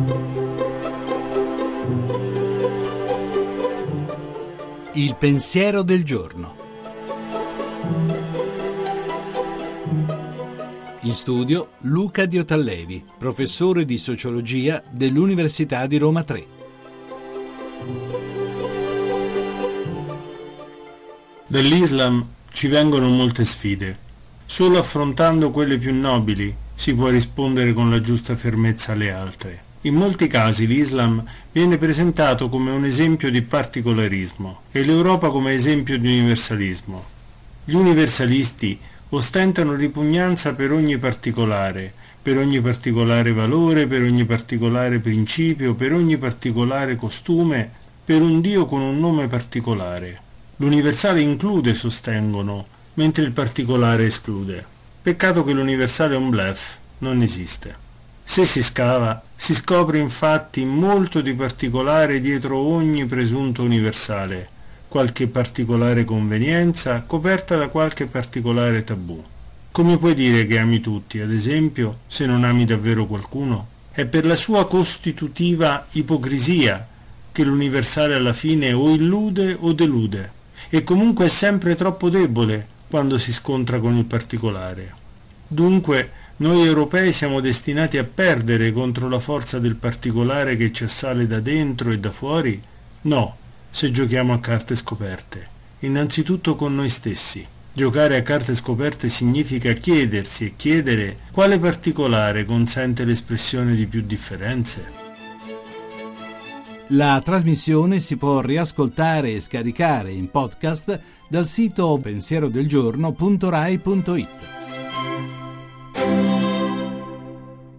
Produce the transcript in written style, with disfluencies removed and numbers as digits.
Il pensiero del giorno. In studio Luca Diotallevi, professore di sociologia dell'Università di Roma III. Dall'Islam ci vengono molte sfide. Solo affrontando quelle più nobili si può rispondere con la giusta fermezza alle altre. In molti casi l'Islam viene presentato come un esempio di particolarismo e l'Europa come esempio di universalismo. Gli universalisti ostentano ripugnanza per ogni particolare valore, per ogni particolare principio, per ogni particolare costume, per un Dio con un nome particolare. L'universale include, sostengono, mentre il particolare esclude. Peccato che l'universale è un bluff, non esiste. Se si scava, si scopre infatti molto di particolare dietro ogni presunto universale, qualche particolare convenienza coperta da qualche particolare tabù. Come puoi dire che ami tutti, ad esempio, se non ami davvero qualcuno? È per la sua costitutiva ipocrisia che l'universale alla fine o illude o delude, e comunque è sempre troppo debole quando si scontra con il particolare. Dunque, noi europei siamo destinati a perdere contro la forza del particolare che ci assale da dentro e da fuori? No, se giochiamo a carte scoperte. Innanzitutto con noi stessi. Giocare a carte scoperte significa chiedersi e chiedere quale particolare consente l'espressione di più differenze. La trasmissione si può riascoltare e scaricare in podcast dal sito pensierodelgiorno.rai.it.